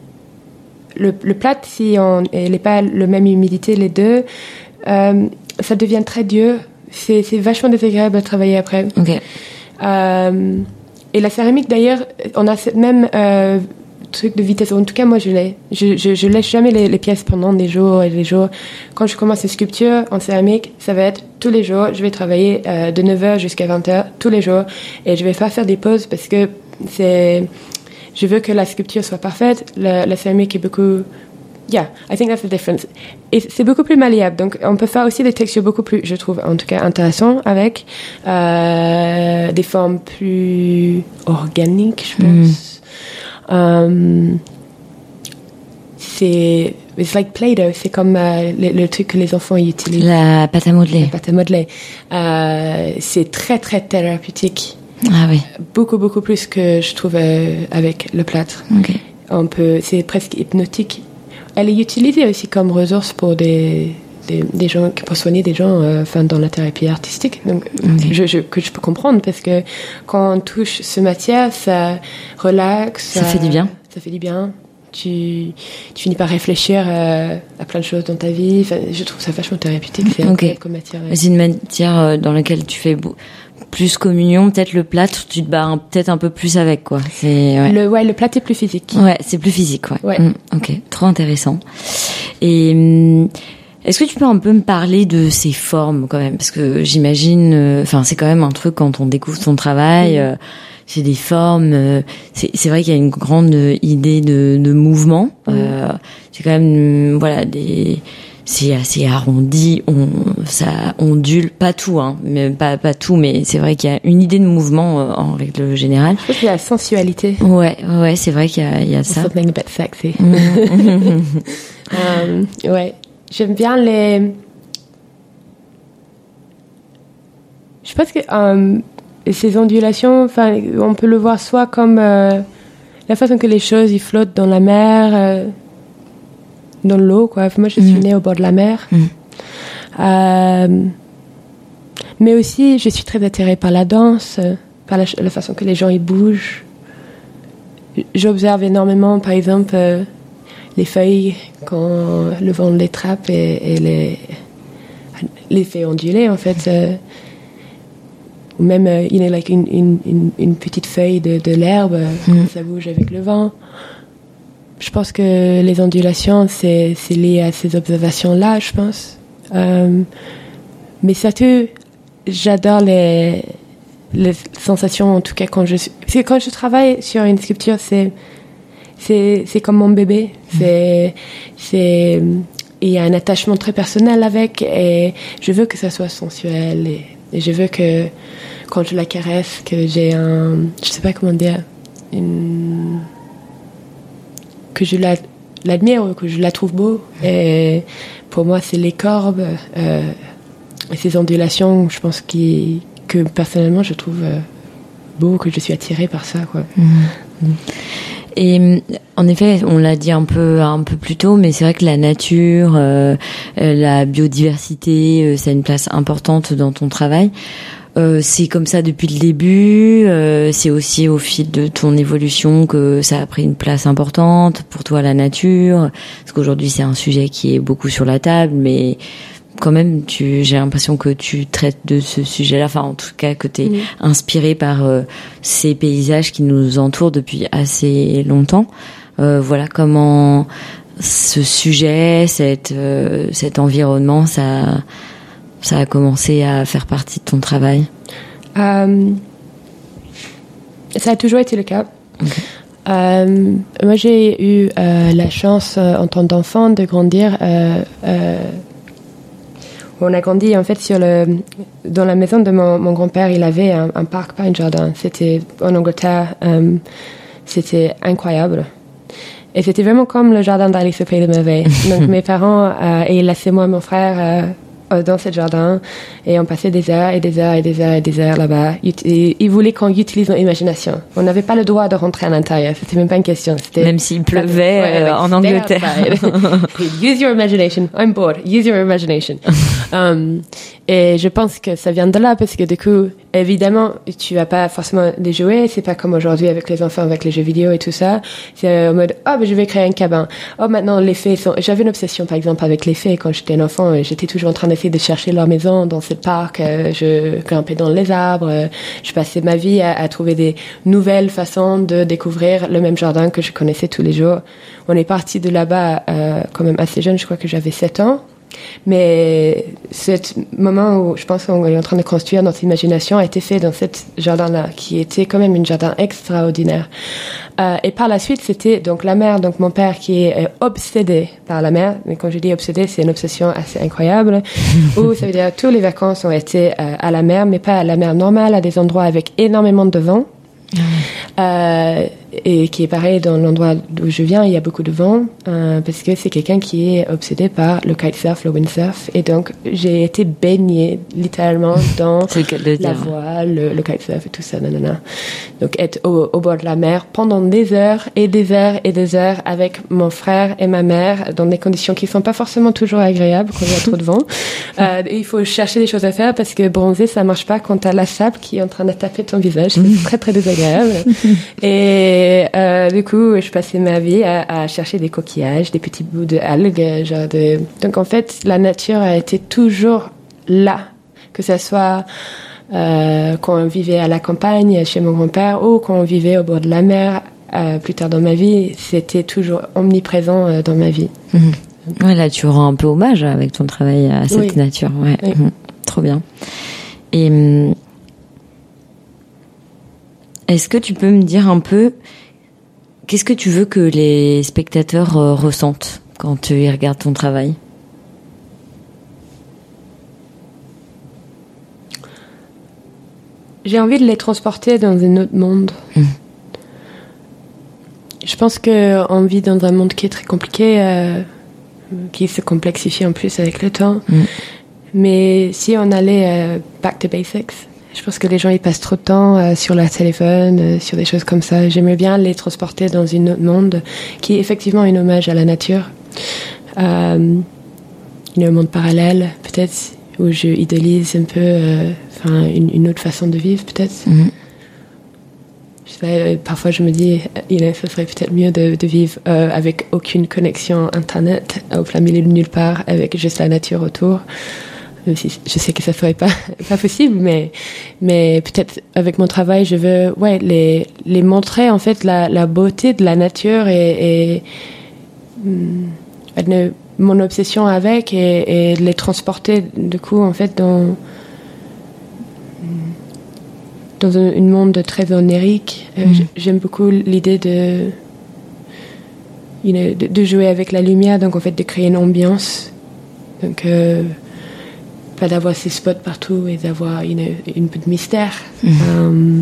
le, le plat, si on n'est pas le même humidité les deux, euh, ça devient très dur. C'est, c'est vachement désagréable à travailler après. Okay. Euh, et la céramique, d'ailleurs, on a cette même euh, truc de vitesse. En tout cas, moi, je l'ai. Je, je, je laisse jamais les, les pièces pendant des jours et des jours. Quand je commence une sculpture en céramique, ça va être tous les jours. Je vais travailler euh, de neuf heures jusqu'à vingt heures tous les jours. Et je vais pas faire des pauses parce que c'est... Je veux que la sculpture soit parfaite. La, la céramique est beaucoup... Yeah, I think that's the difference. Et c'est beaucoup plus malléable, donc on peut faire aussi des textures beaucoup plus, je trouve, en tout cas intéressantes avec euh, des formes plus organiques, je pense. Mm. Um, c'est it's like Play-Doh, c'est comme euh, le, le truc que les enfants utilisent. La pâte à modeler. La pâte à modeler. Euh, c'est très très thérapeutique. Ah oui. Beaucoup beaucoup plus que je trouve euh, avec le plâtre. Okay. On peut, c'est presque hypnotique. Elle est utilisée aussi comme ressource pour des, des, des gens, pour soigner des gens euh, enfin, dans la thérapie artistique. Donc, okay. je, je, que je peux comprendre parce que quand on touche ce matière, ça relaxe. Ça, ça fait du bien. Ça fait du bien. Tu, tu finis par réfléchir euh, à plein de choses dans ta vie. Enfin, je trouve ça vachement thérapeutique. C'est okay. comme matière. C'est une matière dans laquelle tu fais beau. Plus communion, peut-être le plâtre, tu te bats un, peut-être un peu plus avec, quoi. C'est, ouais. Le, ouais, le plâtre est plus physique. Ouais, c'est plus physique, ouais. ouais. Mmh, ok, trop intéressant. Et hum, est-ce que tu peux un peu me parler de ces formes, quand même? Parce que j'imagine, enfin, euh, c'est quand même un truc quand on découvre ton travail, mmh. euh, c'est des formes, euh, c'est, c'est vrai qu'il y a une grande idée de, de mouvement. Mmh. Euh, c'est quand même, voilà, des... c'est assez arrondi, on, ça ondule, pas tout, hein, mais pas pas tout, mais c'est vrai qu'il y a une idée de mouvement euh, en règle générale. Je trouve qu'il y a la sensualité. Ouais, ouais, c'est vrai qu'il y a, il y a ça. Something a bit sexy. um, ouais, j'aime bien les. Je pense que um, ces ondulations, enfin, on peut le voir soit comme euh, la façon que les choses ils flottent dans la mer. Euh, dans l'eau, quoi. Moi, je suis mmh. née au bord de la mer. Mmh. Euh, mais aussi, je suis très attirée par la danse, par la, la façon que les gens y bougent. J'observe énormément, par exemple, euh, les feuilles quand le vent les trappe et, et les, les fait onduler, en fait. Euh, ou même, euh, you know, like une, une, une, une petite feuille de, de l'herbe, mmh. quand ça bouge avec le vent. Je pense que les ondulations, c'est, c'est lié à ces observations-là, je pense. Euh, mais surtout, j'adore les, les sensations, en tout cas, quand je, c'est quand je travaille sur une sculpture, c'est, c'est, c'est comme mon bébé. C'est, c'est, il y a un attachement très personnel avec, et je veux que ça soit sensuel, et, et je veux que, quand je la caresse, que j'ai un, je sais pas comment dire, une, que je la, l'admire, que je la trouve beau. Et pour moi, c'est les corbes euh, et ces ondulations, je pense, qui, que personnellement, je trouve euh, beau, que je suis attirée par ça, quoi. Mmh. Et en effet, on l'a dit un peu un peu plus tôt, mais c'est vrai que la nature, euh, la biodiversité, euh, ça a une place importante dans ton travail. Euh, c'est comme ça depuis le début. Euh, c'est aussi au fil de ton évolution que ça a pris une place importante pour toi, la nature. Parce qu'aujourd'hui, c'est un sujet qui est beaucoup sur la table, mais quand même, tu, j'ai l'impression que tu traites de ce sujet-là, enfin en tout cas que tu es mmh. inspiré par euh, ces paysages qui nous entourent depuis assez longtemps. Euh, voilà comment ce sujet, cette, euh, cet environnement, ça, ça a commencé à faire partie de ton travail. Euh, ça a toujours été le cas. Okay. Euh, moi, j'ai eu euh, la chance euh, en tant qu'enfant de grandir. Euh, euh, On a grandi en fait sur le dans la maison de mon, mon grand-père. Il avait un, un parc, pas un jardin. C'était en Angleterre. Euh, c'était incroyable. Et c'était vraiment comme le jardin d'Alice au Pays des Merveilles. Donc mes parents euh, et laissaient moi et mon frère euh, dans ce jardin et on passait des heures et des heures et des heures et des heures là-bas. Et ils voulaient qu'on utilise notre imagination. On n'avait pas le droit de rentrer à l'intérieur. C'était même pas une question. C'était même s'il pleuvait ouais, euh, en Angleterre. Use your imagination. I'm bored. Use your imagination. um, et je pense que ça vient de là parce que du coup, évidemment, tu vas pas forcément les jouer. C'est pas comme aujourd'hui avec les enfants, avec les jeux vidéo et tout ça. C'est en mode, oh, ben, je vais créer un cabin. Oh, maintenant, les fées sont, j'avais une obsession, par exemple, avec les fées quand j'étais un enfant et j'étais toujours en train d'essayer de chercher leur maison dans ce parc. Euh, je grimpais dans les arbres. Euh, je passais ma vie à, à trouver des nouvelles façons de découvrir le même jardin que je connaissais tous les jours. On est parti de là-bas, euh, quand même assez jeune. Je crois que j'avais sept ans. Mais ce moment où je pense qu'on est en train de construire notre imagination a été fait dans ce jardin-là, qui était quand même un jardin extraordinaire. Euh, et par la suite, c'était donc la mer, donc mon père qui est euh, obsédé par la mer. Mais quand je dis obsédé, c'est une obsession assez incroyable. Où ça veut dire que tous les vacances ont été euh, à la mer, mais pas à la mer normale, à des endroits avec énormément de vent. Euh, et qui est pareil dans l'endroit d'où je viens, il y a beaucoup de vent euh, parce que c'est quelqu'un qui est obsédé par le kitesurf, le windsurf, et donc j'ai été baignée littéralement dans la voile, le, le kitesurf et tout ça, nanana. Donc être au, au bord de la mer pendant des heures et des heures et des heures avec mon frère et ma mère dans des conditions qui sont pas forcément toujours agréables quand il y a trop de vent. Euh, il faut chercher des choses à faire parce que bronzer ça marche pas quand t'as la sable qui est en train de taper ton visage, c'est très très désagréable. Et euh, du coup, je passais ma vie à, à chercher des coquillages, des petits bouts de algues, genre de. Donc en fait, la nature a été toujours là, que ça soit euh, quand on vivait à la campagne chez mon grand-père ou quand on vivait au bord de la mer. Euh, plus tard dans ma vie, c'était toujours omniprésent euh, dans ma vie. Mmh. Ouais, là, tu rends un peu hommage avec ton travail à cette oui. nature. Ouais. Oui. Mmh. Trop bien. Et hum, est-ce que tu peux me dire un peu qu'est-ce que tu veux que les spectateurs euh, ressentent quand ils regardent ton travail ? J'ai envie de les transporter dans un autre monde. Mmh. Je pense qu'on vit dans un monde qui est très compliqué, euh, qui se complexifie en plus avec le temps. Mmh. Mais si on allait euh, back to basics, je pense que les gens ils passent trop de temps euh, sur leur téléphone, euh, sur des choses comme ça. J'aimerais bien les transporter dans un autre monde qui est effectivement un hommage à la nature. Euh, un monde parallèle, peut-être, où je idolise un peu euh, enfin, une, une autre façon de vivre, peut-être. Mm-hmm. Je sais pas, euh, parfois je me dis, you know, ça serait peut-être mieux de, de vivre euh, avec aucune connexion Internet, au plein milieu de nulle part, avec juste la nature autour. Je sais que ça serait pas pas possible, mais mais peut-être avec mon travail, je veux ouais les les montrer en fait la la beauté de la nature et, et hum, mon obsession avec et, et les transporter du coup en fait dans dans un, un monde très onirique. Mmh. J'aime beaucoup l'idée de you know, de, de jouer avec la lumière, donc en fait de créer une ambiance. Donc euh, pas d'avoir ces spots partout et d'avoir une, une peu de mystère. Mmh. Um,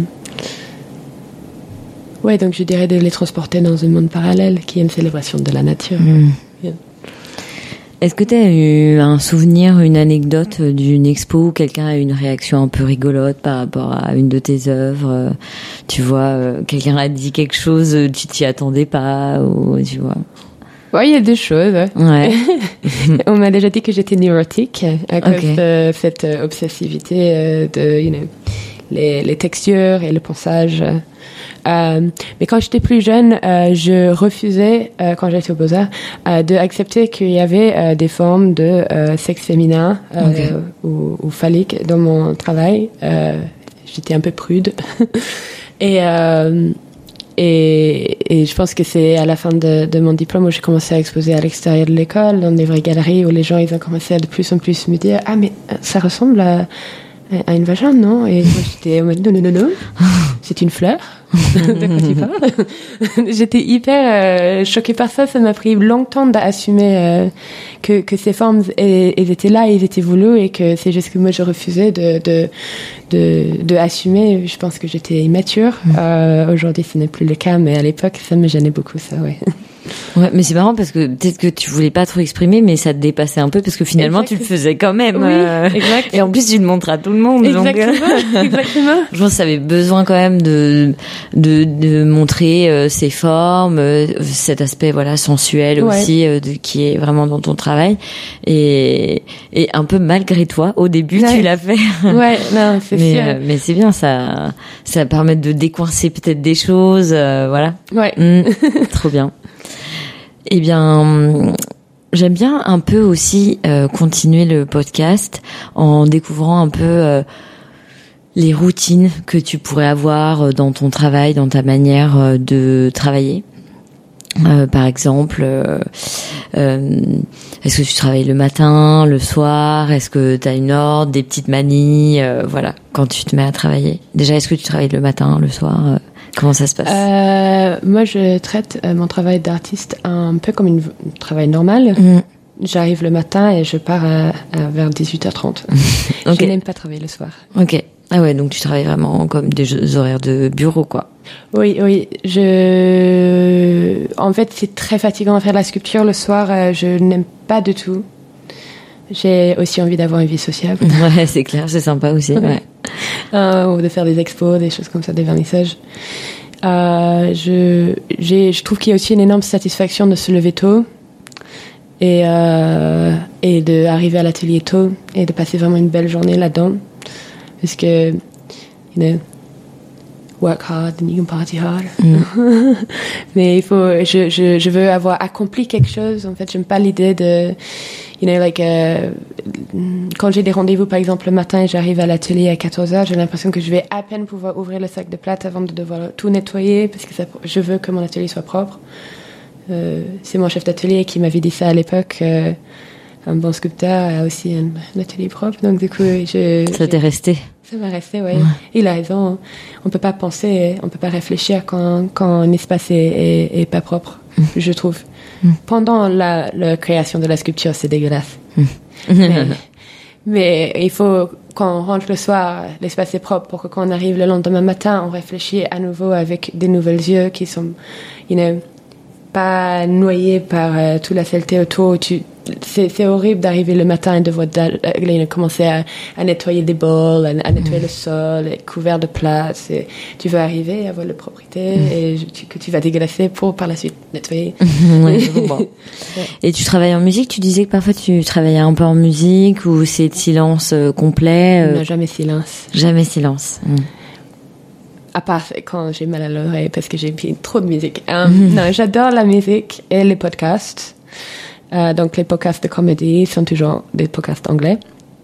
ouais, donc je dirais de les transporter dans un monde parallèle qui est une célébration de la nature. Mmh. Yeah. Est-ce que tu as eu un souvenir, une anecdote d'une expo où quelqu'un a eu une réaction un peu rigolote par rapport à une de tes œuvres? Tu vois, quelqu'un a dit quelque chose, tu t'y attendais pas, ou tu vois? Ouais, il y a des choses. Ouais. On m'a déjà dit que j'étais neurotique à cause okay. de cette obsessivité de, you know, les, les textures et le ponçage. Euh, mais quand j'étais plus jeune, euh, je refusais, euh, quand j'étais au Beaux-Arts, euh, d'accepter qu'il y avait euh, des formes de euh, sexe féminin euh, okay. ou, ou phallique dans mon travail. Euh, j'étais un peu prude. et, euh, et, et je pense que c'est à la fin de, de mon diplôme où j'ai commencé à exposer à l'extérieur de l'école, dans des vraies galeries où les gens ils ont commencé à de plus en plus me dire « Ah, mais ça ressemble à... » à une vagin, non? Et moi, j'étais, non, non, non, non, c'est une fleur. De quoi tu parles? J'étais hyper euh, choquée par ça. Ça m'a pris longtemps d'assumer euh, que, que ces formes, elles, elles étaient là, elles étaient voulues, et que c'est juste que moi, je refusais de, de, de, de assumer. Je pense que j'étais immature. Mmh. Euh, aujourd'hui, ce n'est plus le cas, mais à l'époque, ça me gênait beaucoup, ça, ouais. Ouais, mais c'est marrant parce que peut-être que tu voulais pas trop exprimer, mais ça te dépassait un peu parce que finalement exact. Tu le faisais quand même. Oui, euh, exact. Et en plus, tu le montres à tout le monde. Exactement. Donc, exactement. Je pense que ça avait besoin quand même de de, de montrer euh, ces formes, euh, cet aspect voilà sensuel ouais. aussi euh, de, qui est vraiment dans ton travail. Et et un peu malgré toi, au début, ouais. tu l'as fait. Ouais, non, c'est mais, sûr. Euh, mais c'est bien, ça ça permet de décoincer peut-être des choses, euh, voilà. Ouais. Mmh, trop bien. Eh bien, j'aime bien un peu aussi euh, continuer le podcast en découvrant un peu euh, les routines que tu pourrais avoir dans ton travail, dans ta manière euh, de travailler. Euh, par exemple, euh, euh, est-ce que tu travailles le matin, le soir? Est-ce que tu as une ordre, des petites manies, euh, voilà, quand tu te mets à travailler? Déjà, est-ce que tu travailles le matin, le soir? euh, Comment ça se passe? euh, Moi, je traite euh, mon travail d'artiste un peu comme une, un travail normal. Mmh. J'arrive le matin et je pars à, à vers dix-huit heures trente. Okay. Je n'aime pas travailler le soir. Ok. Ah ouais, donc tu travailles vraiment comme des horaires de bureau, quoi. Oui, oui. Je... En fait, c'est très fatigant de faire de la sculpture le soir. Euh, je n'aime pas du tout. J'ai aussi envie d'avoir une vie sociable. Ouais, c'est clair, c'est sympa aussi. Ouais. euh, ou de faire des expos, des choses comme ça, des vernissages. Euh, je, j'ai, je trouve qu'il y a aussi une énorme satisfaction de se lever tôt et, euh, et d'arriver à l'atelier tôt et de passer vraiment une belle journée là-dedans. Parce que, you know, work hard and you can party hard. Mm. Mais il faut, je, je, je veux avoir accompli quelque chose. En fait, j'aime pas l'idée de, you know, like, euh, quand j'ai des rendez-vous, par exemple, le matin et j'arrive à l'atelier à quatorze heures, j'ai l'impression que je vais à peine pouvoir ouvrir le sac de plâtre avant de devoir tout nettoyer parce que ça, je veux que mon atelier soit propre. Euh, c'est mon chef d'atelier qui m'avait dit ça à l'époque. Euh, un bon sculpteur a aussi un, un atelier propre, donc du coup, je... Ça t'est resté? Ça m'a resté, ouais. ouais. Il a raison. On peut pas penser, on peut pas réfléchir quand, quand un espace est, est, est pas propre, mm. je trouve. Mm. Pendant la, la création de la sculpture, c'est dégueulasse. Mm. mais, mais il faut, quand on rentre le soir, l'espace est propre pour que quand on arrive le lendemain matin, on réfléchit à nouveau avec des nouvelles yeux qui sont, you know, pas noyés par euh, toute la saleté autour. Tu, c'est, c'est horrible d'arriver le matin et de voir euh, commencer à, à nettoyer des bols, à, à nettoyer mmh. le sol, être couvert de plats. C'est, tu veux arriver et avoir la propriété mmh. et tu, que tu vas dégueulasser pour par la suite nettoyer. Ouais, bon. Ouais. Et tu travailles en musique? Tu disais que parfois tu travaillais un peu en musique ou c'est silence euh, complet? Euh... Non, jamais silence. Jamais silence. Mmh. À part quand j'ai mal à l'oreille parce que j'ai mis trop de musique. Um, mmh. Non, j'adore la musique et les podcasts. Euh, donc les podcasts de comédie sont toujours des podcasts anglais.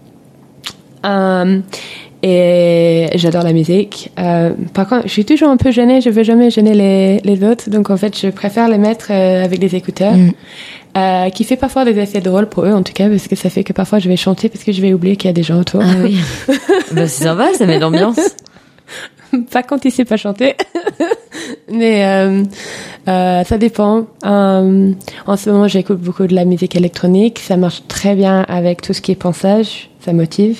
Um, et j'adore la musique. Euh, par contre, je suis toujours un peu gênée. Je veux jamais gêner les, les autres. Donc en fait, je préfère les mettre euh, avec des écouteurs. Mmh. Euh, qui fait parfois des effets drôles pour eux en tout cas parce que ça fait que parfois je vais chanter parce que je vais oublier qu'il y a des gens autour. Ah oui. Bah, c'est sympa, ça met l'ambiance. Pas quand il sait pas chanter. Mais euh, euh, ça dépend. Euh, en ce moment, j'écoute beaucoup de la musique électronique. Ça marche très bien avec tout ce qui est pensage. Ça motive.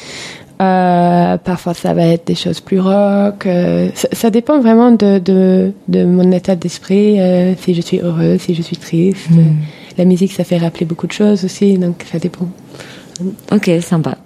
Euh, parfois, ça va être des choses plus rock. Euh, ça, ça dépend vraiment de, de, de mon état d'esprit. Euh, si je suis heureuse, si je suis triste. Mm. la musique, ça fait rappeler beaucoup de choses aussi, donc ça dépend. Ok, sympa.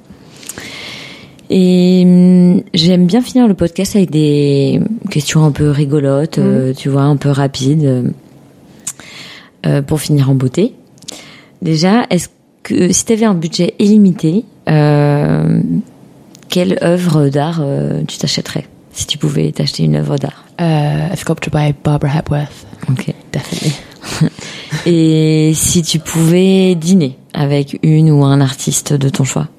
Et hum, j'aime bien finir le podcast avec des questions un peu rigolotes, mmh. euh, tu vois, un peu rapides, euh, pour finir en beauté. Déjà, est-ce que si tu avais un budget illimité, euh, quelle œuvre d'art euh, tu t'achèterais si tu pouvais t'acheter une œuvre d'art? Uh, a sculpture by Barbara Hepworth. Ok, definitely. Et si tu pouvais dîner avec une ou un artiste de ton choix?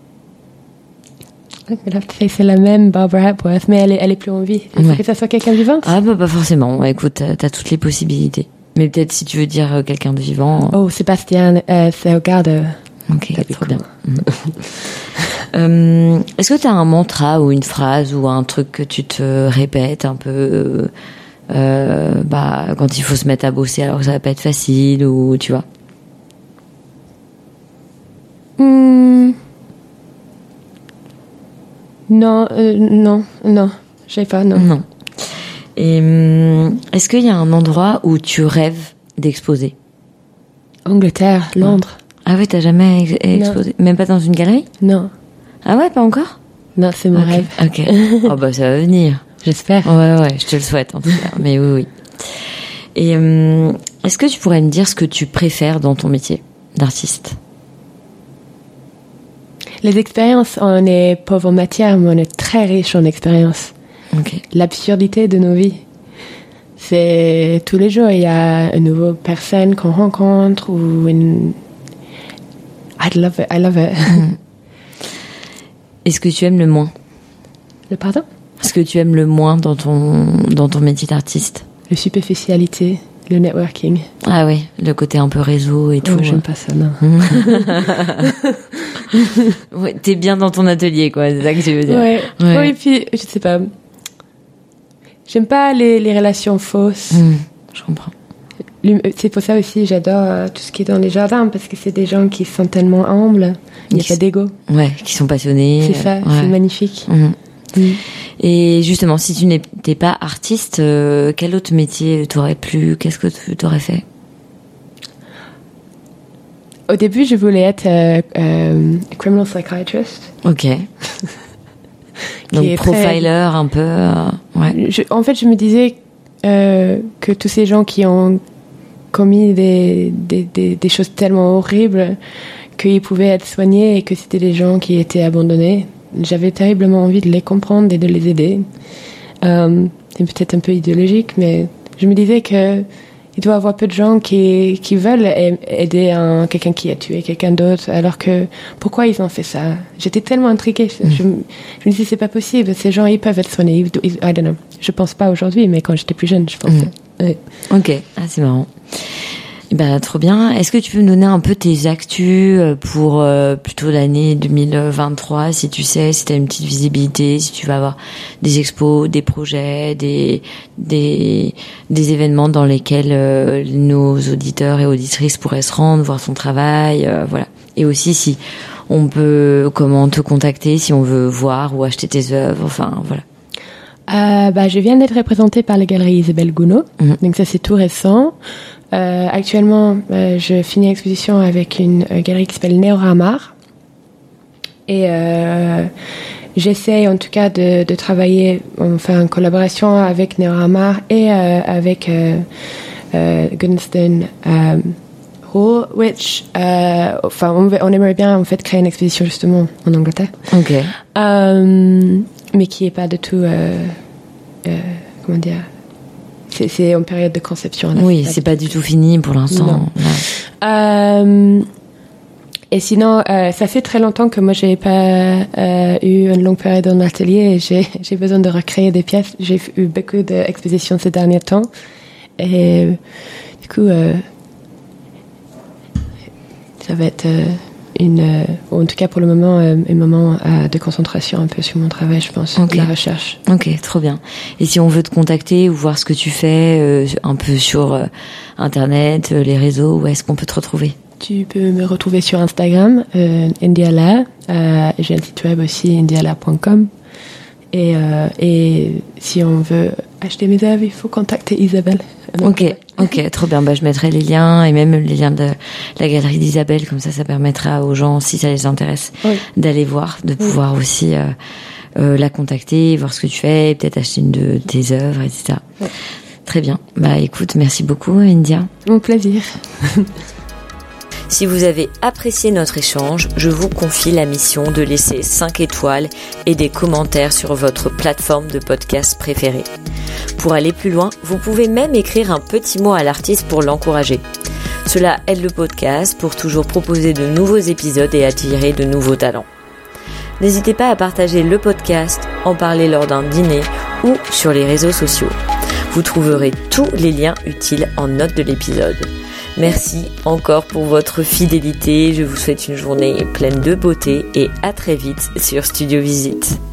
C'est la même Barbara Hepworth, mais elle est, elle est plus en vie. Il faut ouais. que ça soit quelqu'un de vivant? Ah bah pas forcément. Écoute, t'as, t'as toutes les possibilités. Mais peut-être si tu veux dire quelqu'un de vivant. Oh, Sébastien euh, Saugarde. Ok, trop bien. euh, est-ce que t'as un mantra ou une phrase ou un truc que tu te répètes un peu euh, bah quand il faut se mettre à bosser alors que ça va pas être facile ou tu vois? Hmm. Non, euh, non, non, je sais pas, non. Non. Et hum, est-ce qu'il y a un endroit où tu rêves d'exposer? Angleterre, Londres. Ah ouais, t'as jamais ex- exposé? Même pas dans une galerie? Non. Ah ouais, pas encore? Non, c'est mon okay. rêve. Ok. Oh bah ça va venir. J'espère. Ouais, ouais, je te le souhaite en tout cas. Mais oui, oui. Et hum, est-ce que tu pourrais me dire ce que tu préfères dans ton métier d'artiste? Les expériences, on est pauvre en matière, mais on est très riche en expériences. Okay. L'absurdité de nos vies. C'est tous les jours, il y a une nouvelle personne qu'on rencontre ou une... I love it, I love it. Mm. Est-ce que tu aimes le moins? Le pardon? Ce que tu aimes le moins dans ton, dans ton métier d'artiste? La superficialité, le networking. Ah oui, le côté un peu réseau et tout. Oh, j'aime pas ça, non. Ouais, t'es bien dans ton atelier, quoi, c'est ça que tu veux dire. Ouais. Ouais. Oui, et puis, je sais pas. J'aime pas les, les relations fausses. Mmh, je comprends. C'est pour ça aussi, j'adore euh, tout ce qui est dans les jardins, parce que c'est des gens qui sont tellement humbles. Il n'y a qui pas d'ego. Ouais, qui sont passionnés. C'est ça, ouais. c'est magnifique. Mmh. Mmh. Et justement, si tu n'étais pas artiste, euh, quel autre métier t'aurait plu? Qu'est-ce que tu t'aurais fait? Au début, je voulais être euh, euh, criminal psychiatrist. Ok. Donc profiler très... un peu. Euh, ouais. Je, en fait, je me disais euh, que tous ces gens qui ont commis des, des, des, des choses tellement horribles qu'ils pouvaient être soignés et que c'était des gens qui étaient abandonnés. J'avais terriblement envie de les comprendre et de les aider. Euh, c'est peut-être un peu idéologique, mais je me disais que il doit y avoir peu de gens qui, qui veulent aider un, quelqu'un qui a tué quelqu'un d'autre, alors que pourquoi ils ont fait ça? J'étais tellement intriguée. Mmh. Je, je me disais, c'est pas possible. Ces gens, ils peuvent être soignés. Ils, ils, I don't know. Je pense pas aujourd'hui, mais quand j'étais plus jeune, je pensais. Mmh. Ouais. Ok. Ah, c'est marrant. Bah, trop bien. Est-ce que tu peux me donner un peu tes actus pour euh, plutôt l'année deux mille vingt-trois, si tu sais, si tu as une petite visibilité, si tu vas avoir des expos, des projets, des des des événements dans lesquels euh, nos auditeurs et auditrices pourraient se rendre, voir son travail, euh, voilà. Et aussi si on peut, comment te contacter, si on veut voir ou acheter tes œuvres, enfin voilà. Euh, bah, je viens d'être représentée par la galerie Isabelle Gounod, mmh. donc ça c'est tout récent. Euh, actuellement, euh, je finis l'exposition avec une euh, galerie qui s'appelle Neoramar. Et euh, j'essaie en tout cas de, de travailler, enfin en collaboration avec Neoramar et euh, avec euh, euh, Gunston euh, Hall, which, euh, enfin on, on aimerait bien en fait créer une exposition justement en Angleterre. Ok. Euh, mais qui est pas du tout, euh, euh, comment dire. C'est, c'est en période de conception. Là, oui, c'est pas, c'est pas du tout fini pour l'instant. Euh, et sinon, euh, ça fait très longtemps que moi j'ai pas euh, eu une longue période dans l'atelier et j'ai, j'ai besoin de recréer des pièces. J'ai eu beaucoup d'expositions ces derniers temps et du coup, euh, ça va être euh, une, euh, en tout cas pour le moment, euh, un moment euh, de concentration un peu sur mon travail, je pense, okay. de la recherche. Ok, trop bien. Et si on veut te contacter ou voir ce que tu fais euh, un peu sur euh, Internet, euh, les réseaux, où est-ce qu'on peut te retrouver? Tu peux me retrouver sur Instagram, euh, Indiala. Euh, j'ai un site web aussi, indiala point com. Et, euh, et si on veut acheter mes œuvres, il faut contacter Isabelle. Ok, Ok, trop bien. Bah, je mettrai les liens et même les liens de la galerie d'Isabelle, comme ça, ça permettra aux gens, si ça les intéresse, oui. d'aller voir, de pouvoir oui. aussi euh, euh, la contacter, voir ce que tu fais, peut-être acheter une de tes œuvres, et cetera. Oui. Très bien. Bah, écoute, merci beaucoup, India. Mon plaisir. Si vous avez apprécié notre échange, je vous confie la mission de laisser cinq étoiles et des commentaires sur votre plateforme de podcast préférée. Pour aller plus loin, vous pouvez même écrire un petit mot à l'artiste pour l'encourager. Cela aide le podcast pour toujours proposer de nouveaux épisodes et attirer de nouveaux talents. N'hésitez pas à partager le podcast, en parler lors d'un dîner ou sur les réseaux sociaux. Vous trouverez tous les liens utiles en note de l'épisode. Merci encore pour votre fidélité. Je vous souhaite une journée pleine de beauté et à très vite sur Studio Visite.